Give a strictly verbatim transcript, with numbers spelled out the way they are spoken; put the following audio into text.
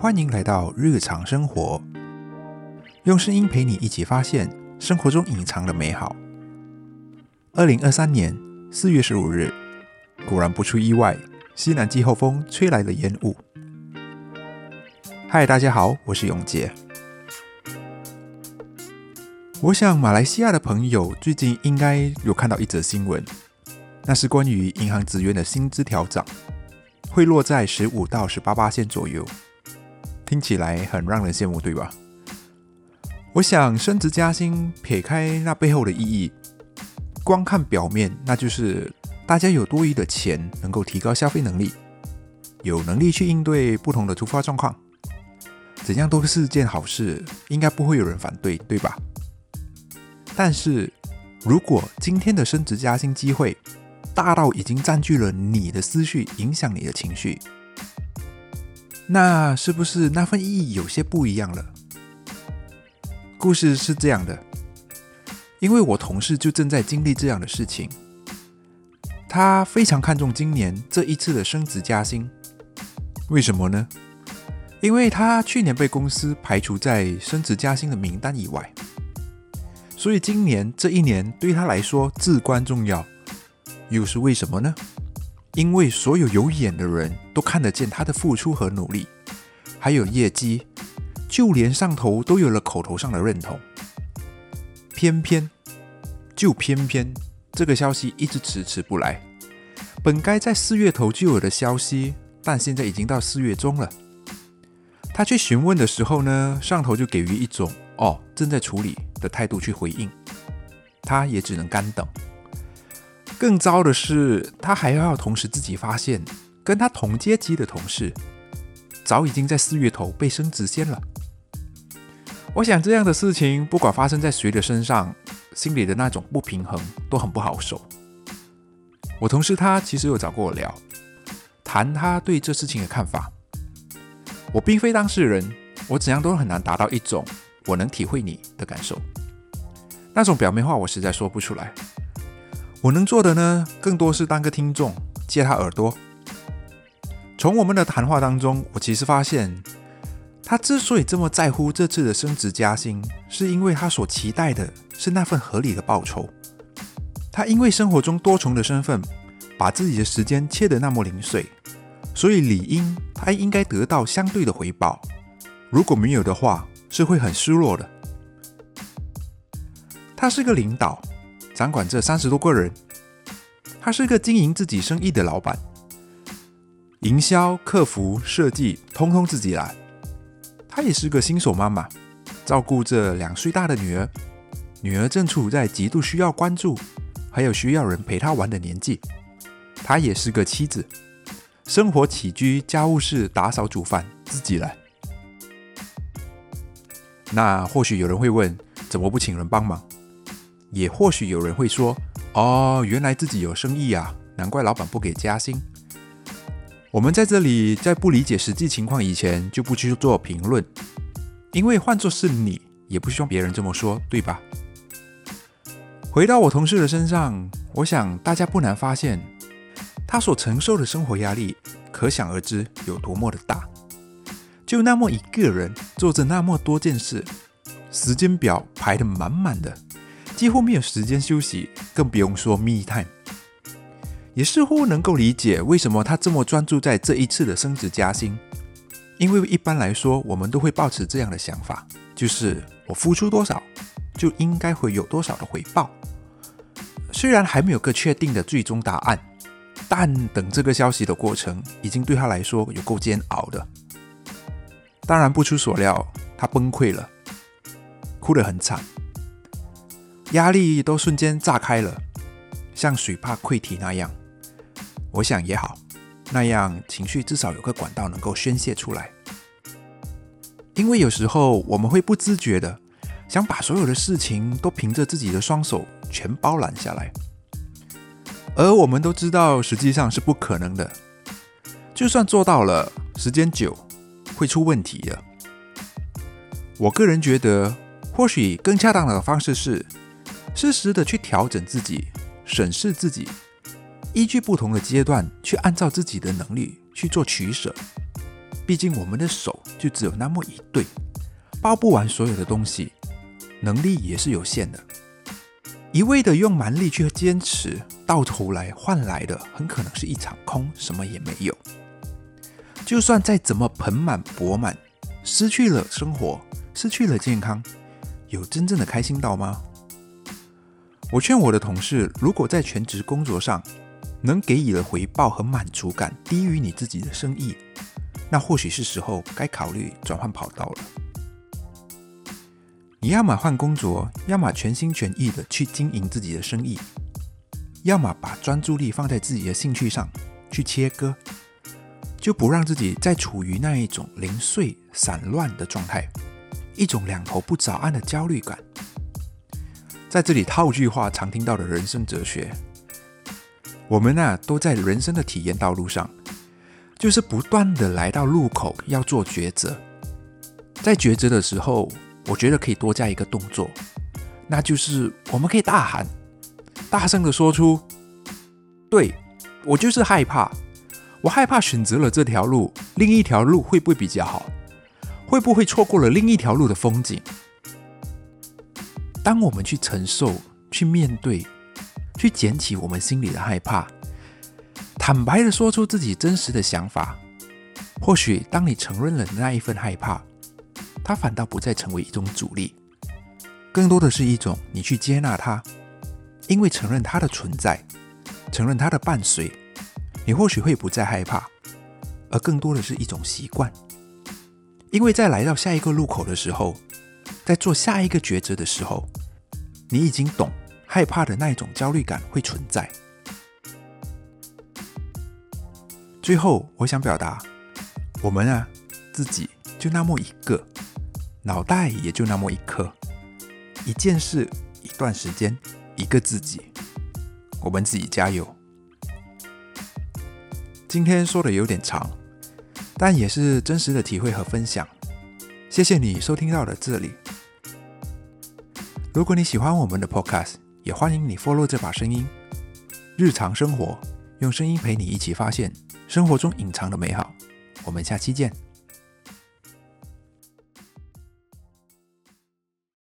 欢迎来到日常生活，用声音陪你一起发现生活中隐藏的美好。二零二三年四月十五日，果然不出意外，西南季候风吹来了烟雾。嗨，大家好，我是永杰。我想马来西亚的朋友最近应该有看到一则新闻，那是关于银行职员的薪资调整，会落在十五到十八%左右。听起来很让人羡慕，对吧？我想升职加薪撇开那背后的意义，光看表面，那就是大家有多余的钱能够提高消费能力，有能力去应对不同的突发状况，怎样都是件好事，应该不会有人反对，对吧？但是如果今天的升职加薪机会大到已经占据了你的思绪，影响你的情绪，那是不是那份意义有些不一样了？故事是这样的，因为我同事就正在经历这样的事情，他非常看重今年这一次的升职加薪。为什么呢？因为他去年被公司排除在升职加薪的名单以外，所以今年这一年对他来说至关重要。又是为什么呢？因为所有有眼的人都看得见他的付出和努力，还有业绩，就连上头都有了口头上的认同。偏偏就偏偏这个消息一直迟迟不来，本该在四月头就有的消息，但现在已经到四月中了。他去询问的时候呢，上头就给予一种哦正在处理的态度去回应，他也只能干等。更糟的是，他还要同时自己发现，跟他同阶级的同事早已经在四月头被升职先了。我想这样的事情不管发生在谁的身上，心里的那种不平衡都很不好受。我同事他其实有找过我聊，谈他对这事情的看法。我并非当事人，我怎样都很难达到一种我能体会你的感受，那种表面话我实在说不出来。我能做的呢，更多是当个听众，借他耳朵。从我们的谈话当中，我其实发现，他之所以这么在乎这次的升职加薪，是因为他所期待的是那份合理的报酬。他因为生活中多重的身份，把自己的时间切得那么零碎，所以理应他应该得到相对的回报。如果没有的话，是会很失落的。他是个领导，掌管这三十多个人，他是个经营自己生意的老板，营销、客服、设计，通通自己来。他也是个新手妈妈，照顾着两岁大的女儿，女儿正处在极度需要关注，还有需要人陪她玩的年纪。他也是个妻子，生活起居、家务事、打扫、煮饭，自己来。那或许有人会问，怎么不请人帮忙？也或许有人会说，哦，原来自己有生意啊，难怪老板不给加薪。我们在这里在不理解实际情况以前，就不去做评论，因为换作是你，也不希望别人这么说，对吧？回到我同事的身上，我想大家不难发现，他所承受的生活压力，可想而知有多么的大。就那么一个人做着那么多件事，时间表排得满满的，几乎没有时间休息，更不用说 me time。 也似乎能够理解为什么他这么专注在这一次的升职加薪，因为一般来说我们都会抱持这样的想法，就是我付出多少就应该会有多少的回报。虽然还没有个确定的最终答案，但等这个消息的过程已经对他来说有够煎熬的。当然不出所料，他崩溃了，哭得很惨，压力都瞬间炸开了，像水坝溃堤那样。我想也好，那样情绪至少有个管道能够宣泄出来。因为有时候我们会不自觉的想把所有的事情都凭着自己的双手全包揽下来，而我们都知道实际上是不可能的。就算做到了，时间久会出问题的。我个人觉得，或许更恰当的方式是适时的去调整自己，审视自己，依据不同的阶段去按照自己的能力去做取舍。 毕竟我们的手就只有那么一对，抱不完所有的东西，能力也是有限的。一味的用蛮力去坚持，到头来换来的很可能是一场空，什么也没有。就算再怎么盆满钵满，失去了生活，失去了健康，有真正的开心到吗？我劝我的同事，如果在全职工作上能给予的回报和满足感低于你自己的生意，那或许是时候该考虑转换跑道了。你要么换工作，要么全心全意的去经营自己的生意，要么把专注力放在自己的兴趣上去切割，就不让自己再处于那一种零碎散乱的状态，一种两头不着岸的焦虑感。在这里套句话常听到的人生哲学，我们啊都在人生的体验道路上，就是不断的来到路口要做抉择。在抉择的时候，我觉得可以多加一个动作，那就是我们可以大喊，大声的说出，对，我就是害怕，我害怕选择了这条路，另一条路会不会比较好？会不会错过了另一条路的风景？当我们去承受、去面对、去捡起我们心里的害怕，坦白的说出自己真实的想法，或许当你承认了那一份害怕，它反倒不再成为一种阻力，更多的是一种你去接纳它，因为承认它的存在，承认它的伴随，你或许会不再害怕，而更多的是一种习惯。因为在来到下一个路口的时候，在做下一个抉择的时候，你已经懂害怕的那一种焦虑感会存在。最后我想表达，我们啊自己就那么一个，脑袋也就那么一颗，一件事，一段时间，一个自己，我们自己加油。今天说的有点长，但也是真实的体会和分享。谢谢你收听到了这里。如果你喜欢我们的 podcast， 也欢迎你 follow 这把声音。日常生活，用声音陪你一起发现生活中隐藏的美好。我们下期见。